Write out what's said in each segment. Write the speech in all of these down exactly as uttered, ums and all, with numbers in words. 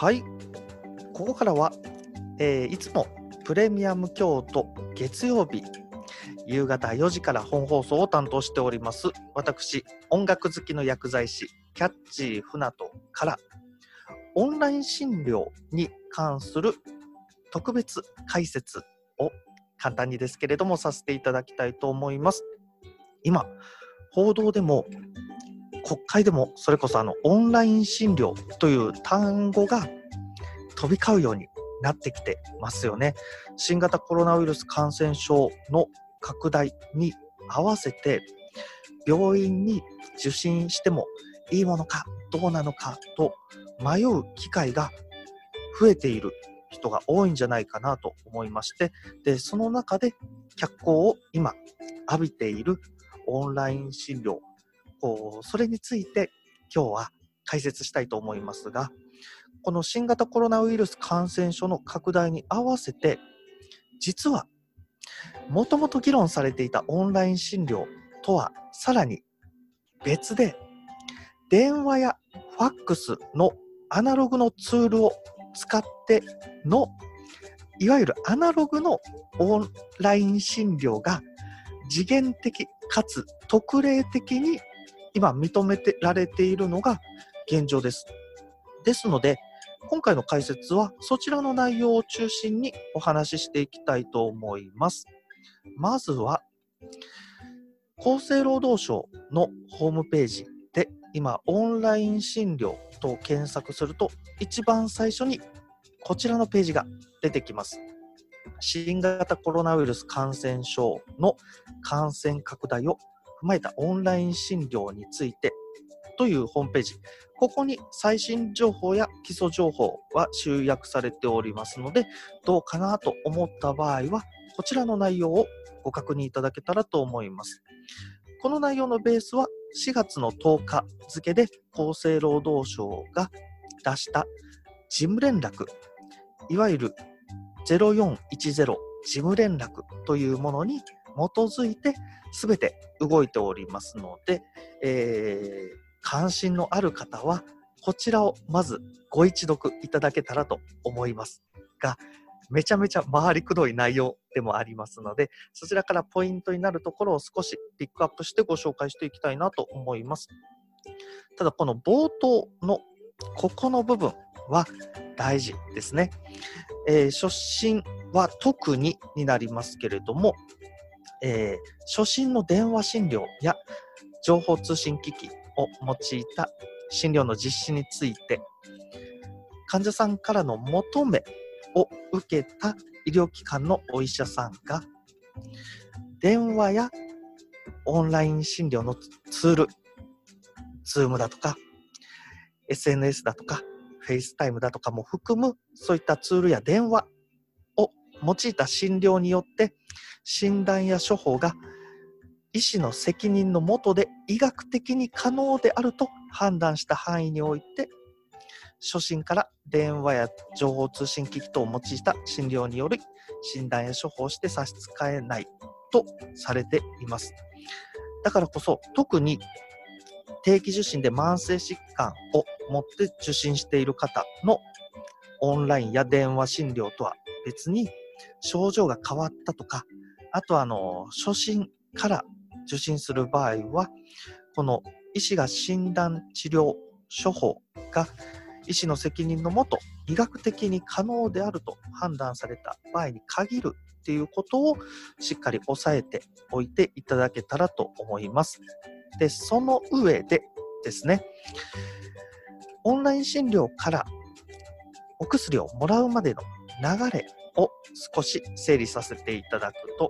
はい、ここからは、えーいつもプレミアム京都月曜日夕方よじから本放送を担当しております私、音楽好きの薬剤師キャッチー船戸からオンライン診療に関する特別解説を簡単にですけれどもさせていただきたいと思います。今報道でも国会でもそれこそあのオンライン診療という単語が飛び交うようになってきてますよね。新型コロナウイルス感染症の拡大に合わせて病院に受診してもいいものかどうなのかと迷う機会が増えている人が多いんじゃないかなと思いまして、でその中で脚光を今浴びているオンライン診療、こうそれについて今日は解説したいと思いますが、この新型コロナウイルス感染症の拡大に合わせて実はもともと議論されていたオンライン診療とはさらに別で、電話やファックスのアナログのツールを使ってのいわゆるアナログのオンライン診療が次元的かつ特例的に今認めてられているのが現状です。ですので今回の解説はそちらの内容を中心にお話ししていきたいと思います。まずは厚生労働省のホームページで今オンライン診療と検索すると一番最初にこちらのページが出てきます。新型コロナウイルス感染症の感染拡大を踏まえたオンライン診療についてというホームページ、ここに最新情報や基礎情報は集約されておりますので、どうかなと思った場合はこちらの内容をご確認いただけたらと思います。この内容のベースはしがつのとおか付で厚生労働省が出した事務連絡、いわゆるゼロよんいちゼロ事務連絡というものに基づいて全て動いておりますので、えー、関心のある方はこちらをまずご一読いただけたらと思いますが、めちゃめちゃ回りくどい内容でもありますので、そちらからポイントになるところを少しピックアップしてご紹介していきたいなと思います。ただこの冒頭のここの部分は大事ですね。えー、初診は特にになりますけれども、えー、初診の電話診療や情報通信機器を用いた診療の実施について患者さんからの求めを受けた医療機関のお医者さんが電話やオンライン診療のツール、Zoom だとか エスエヌエス だとか FaceTime だとかも含むそういったツールや電話を用いた診療によって診断や処方が医師の責任の下で医学的に可能であると判断した範囲において初診から電話や情報通信機器等を用いた診療により診断や処方をして差し支えないとされています。だからこそ特に定期受診で慢性疾患を持って受診している方のオンラインや電話診療とは別に症状が変わったとか、あとあの初診から受診する場合はこの医師が診断治療処方が医師の責任のもと医学的に可能であると判断された場合に限るっていうことをしっかり押さえておいていただけたらと思います。で、その上でですね、オンライン診療からお薬をもらうまでの流れを少し整理させていただくと、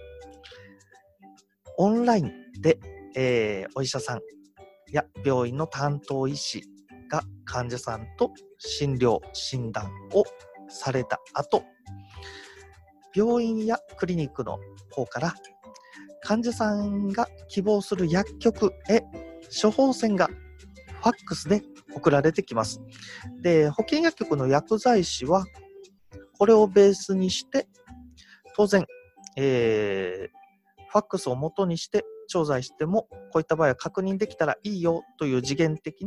オンラインで、えー、お医者さんや病院の担当医師が患者さんと診療診断をされた後、病院やクリニックの方から患者さんが希望する薬局へ処方箋がファックスで送られてきます。で、保健薬局の薬剤師はこれをベースにして当然、えー、ファックスを元にして調剤してもこういった場合は確認できたらいいよという次元的な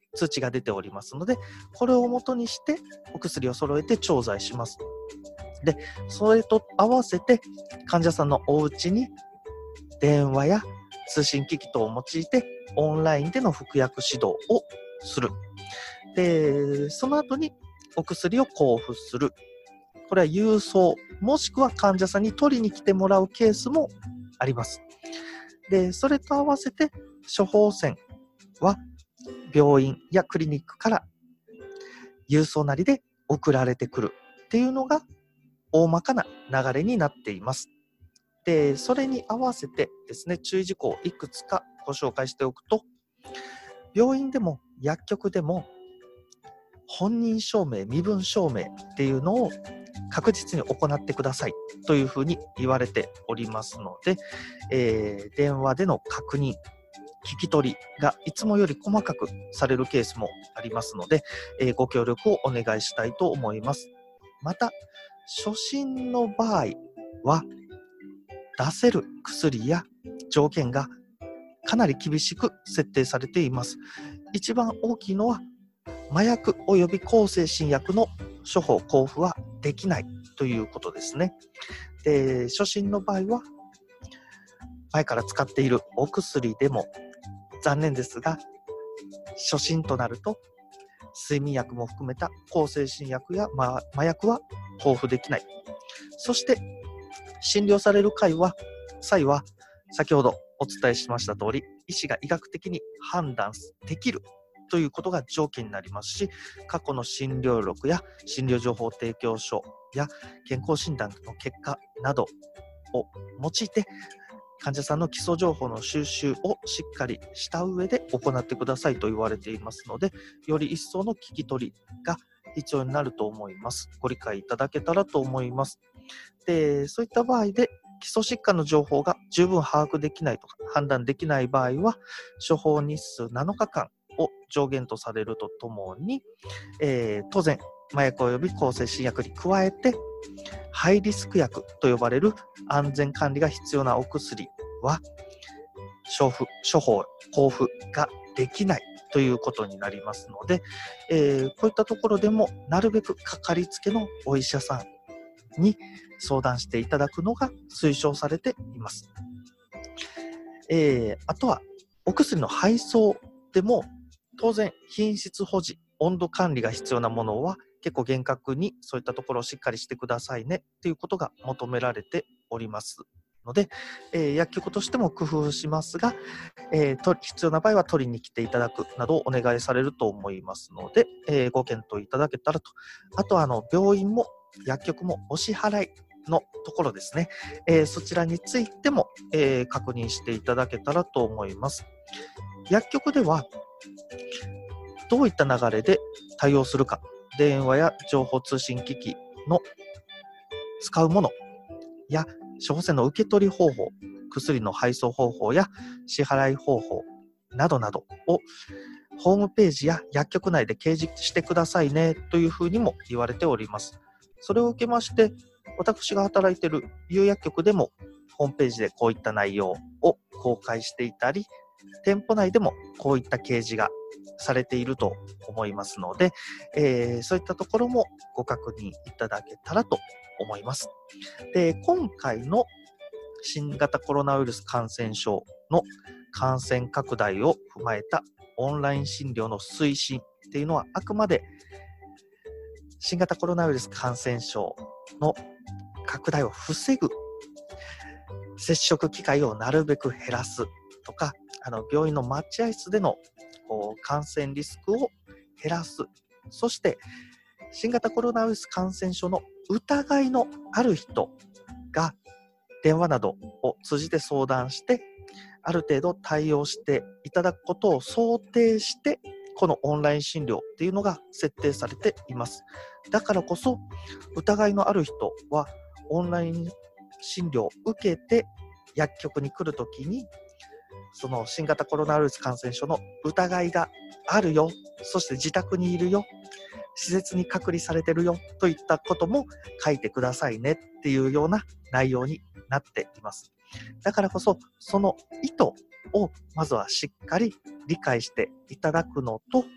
通知が出ておりますので、これを元にしてお薬を揃えて調剤します。で、それと合わせて患者さんのお家に電話や通信機器等を用いてオンラインでの服薬指導をする。で、その後にお薬を交付する。これは郵送、もしくは患者さんに取りに来てもらうケースもあります。で、それと合わせて処方箋は病院やクリニックから郵送なりで送られてくるっていうのが大まかな流れになっています。で、それに合わせてですね、注意事項をいくつかご紹介しておくと、病院でも薬局でも本人証明、身分証明っていうのを確実に行ってくださいというふうに言われておりますので、えー、電話での確認、聞き取りがいつもより細かくされるケースもありますので、えー、ご協力をお願いしたいと思います。また、初診の場合は、出せる薬や条件がかなり厳しく設定されています。一番大きいのは、麻薬及び向精神薬の処方交付はできないということですね。で、初診の場合は、前から使っているお薬でも残念ですが、初診となると睡眠薬も含めた向精神薬や麻薬は交付できない。そして診療される際は、際は先ほどお伝えしました通り、医師が医学的に判断できるということが条件になりますし、過去の診療録や診療情報提供書や健康診断の結果などを用いて、患者さんの基礎情報の収集をしっかりした上で行ってくださいと言われていますので、より一層の聞き取りが必要になると思います。ご理解いただけたらと思います。で、そういった場合で基礎疾患の情報が十分把握できないとか判断できない場合は、処方日数なのかかんを上限とされるとともに、えー、当然麻薬及び向精神薬に加えてハイリスク薬と呼ばれる安全管理が必要なお薬は処付、処方、交付ができないということになりますので、えー、こういったところでもなるべくかかりつけのお医者さんに相談していただくのが推奨されています。えー、あとはお薬の配送でも当然品質保持、温度管理が必要なものは結構厳格にそういったところをしっかりしてくださいねということが求められておりますので、えー、薬局としても工夫しますが、えー、と必要な場合は取りに来ていただくなどをお願いされると思いますので、えー、ご検討いただけたらと。あとはあの病院も薬局もお支払いのところですね、えー、そちらについても、えー、確認していただけたらと思います。薬局ではどういった流れで対応するか、電話や情報通信機器の使うものや処方箋の受け取り方法、薬の配送方法や支払い方法などなどをホームページや薬局内で掲示してくださいねというふうにも言われております。それを受けまして、私が働いている有薬局でもホームページでこういった内容を公開していたり、店舗内でもこういった掲示がされていると思いますので、えー、そういったところもご確認いただけたらと思います。で、今回の新型コロナウイルス感染症の感染拡大を踏まえたオンライン診療の推進っていうのは、あくまで新型コロナウイルス感染症の拡大を防ぐ、接触機会をなるべく減らすとか、あの病院の待合室でのこう感染リスクを減らす、そして新型コロナウイルス感染症の疑いのある人が電話などを通じて相談して、ある程度対応していただくことを想定して、このオンライン診療っていうのが設定されています。だからこそ疑いのある人はオンライン診療を受けて薬局に来るときに、その新型コロナウイルス感染症の疑いがあるよ、そして自宅にいるよ、施設に隔離されてるよといったことも書いてくださいねっていうような内容になっています。だからこそその意図をまずはしっかり理解していただくのと、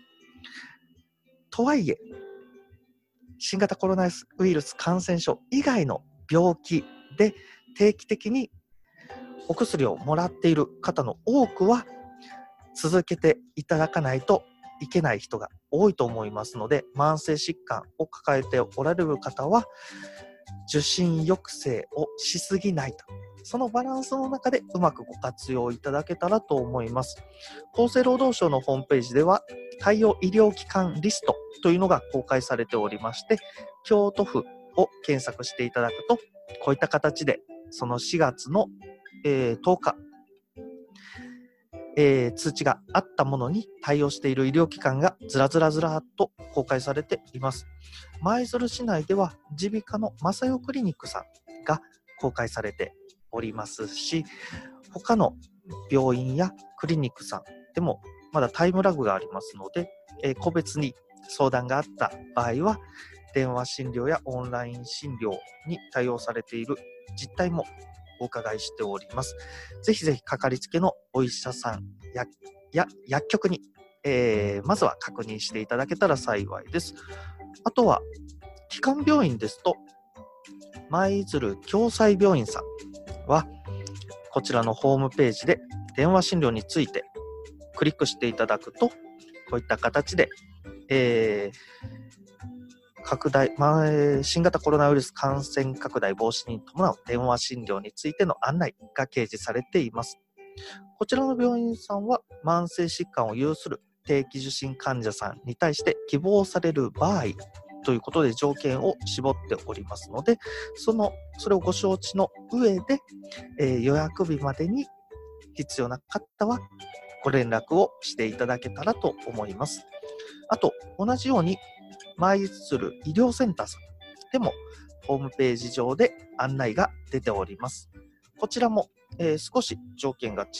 とはいえ、新型コロナウイルス感染症以外の病気で定期的にお薬をもらっている方の多くは続けていただかないといけない人が多いと思いますので、慢性疾患を抱えておられる方は受診抑制をしすぎないと、そのバランスの中でうまくご活用いただけたらと思います。厚生労働省のホームページでは対応医療機関リストというのが公開されておりまして、京都府を検索していただくと、こういった形でそのしがつの、えー、とおか、えー、通知があったものに対応している医療機関がずらずらずらっと公開されています。舞鶴市内では耳鼻科の正代クリニックさんが公開されておりますし、他の病院やクリニックさんでもまだタイムラグがありますので、えー、個別に相談があった場合は電話診療やオンライン診療に対応されている実態もお伺いしております。ぜひぜひかかりつけのお医者さんや、や薬局に、えー、まずは確認していただけたら幸いです。あとは基幹病院ですと舞鶴共済病院さんはこちらのホームページで電話診療についてクリックしていただくと、こういった形で、えー、拡大、まあ、新型コロナウイルス感染拡大防止に伴う電話診療についての案内が掲示されています。こちらの病院さんは慢性疾患を有する定期受診患者さんに対して希望される場合ということで条件を絞っておりますので、そのそれをご承知の上で、えー、予約日までに必要な方はご連絡をしていただけたらと思います。あと同じように舞鶴医療センターさんでもホームページ上で案内が出ております。こちらも、えー、少し条件が違って、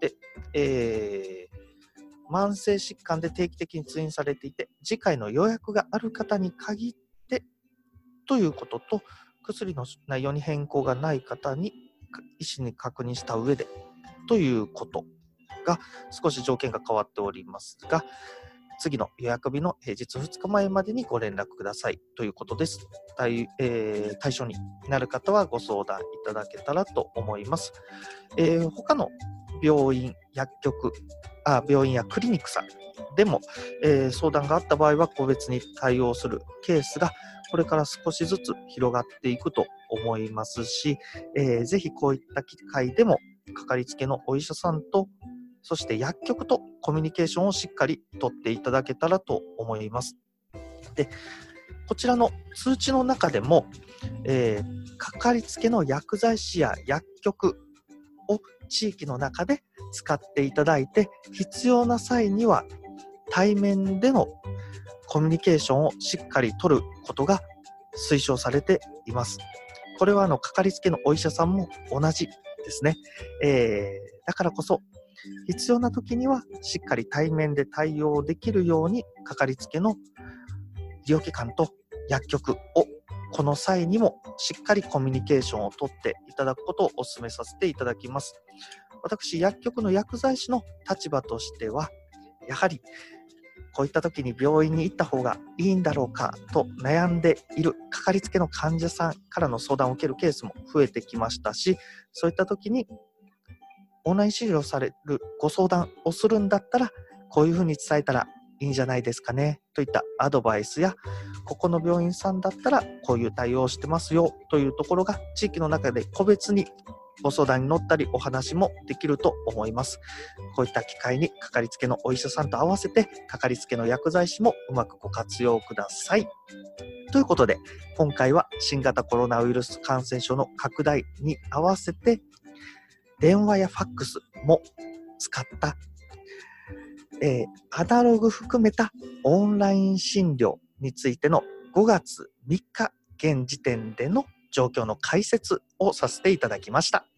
えー、慢性疾患で定期的に通院されていて次回の予約がある方に限ってということと、薬の内容に変更がない方に医師に確認した上でということが少し条件が変わっておりますが、次の予約日の平日ふつかまえまでにご連絡くださいということです。対、えー、対象になる方はご相談いただけたらと思います。えー、他の病院、薬局、あ、病院やクリニックさんでも、えー、相談があった場合は個別に対応するケースがこれから少しずつ広がっていくと思いますし、えー、ぜひこういった機会でもかかりつけのお医者さんとそして薬局とコミュニケーションをしっかりとっていただけたらと思います。で、こちらの通知の中でも、えー、かかりつけの薬剤師や薬局を地域の中で使っていただいて、必要な際には対面でのコミュニケーションをしっかり取ることが推奨されています。これはあのかかりつけのお医者さんも同じですね。えー、だからこそ必要な時にはしっかり対面で対応できるようにかかりつけの医療機関と薬局をこの際にもしっかりコミュニケーションをとっていただくことをお勧めさせていただきます。私、薬局の薬剤師の立場としては、やはりこういった時に病院に行った方がいいんだろうかと悩んでいるかかりつけの患者さんからの相談を受けるケースも増えてきましたし、そういった時にオンライン診療されるご相談をするんだったらこういうふうに伝えたらいいんじゃないですかねといったアドバイスや、ここの病院さんだったらこういう対応をしてますよというところが地域の中で個別にご相談に乗ったりお話もできると思います。こういった機会にかかりつけのお医者さんと合わせてかかりつけの薬剤師もうまくご活用ください。ということで今回は新型コロナウイルス感染症の拡大に合わせて電話やファックスも使ったえー、アナログ含めたオンライン診療についてのごがつみっか現時点での状況の解説をさせていただきました。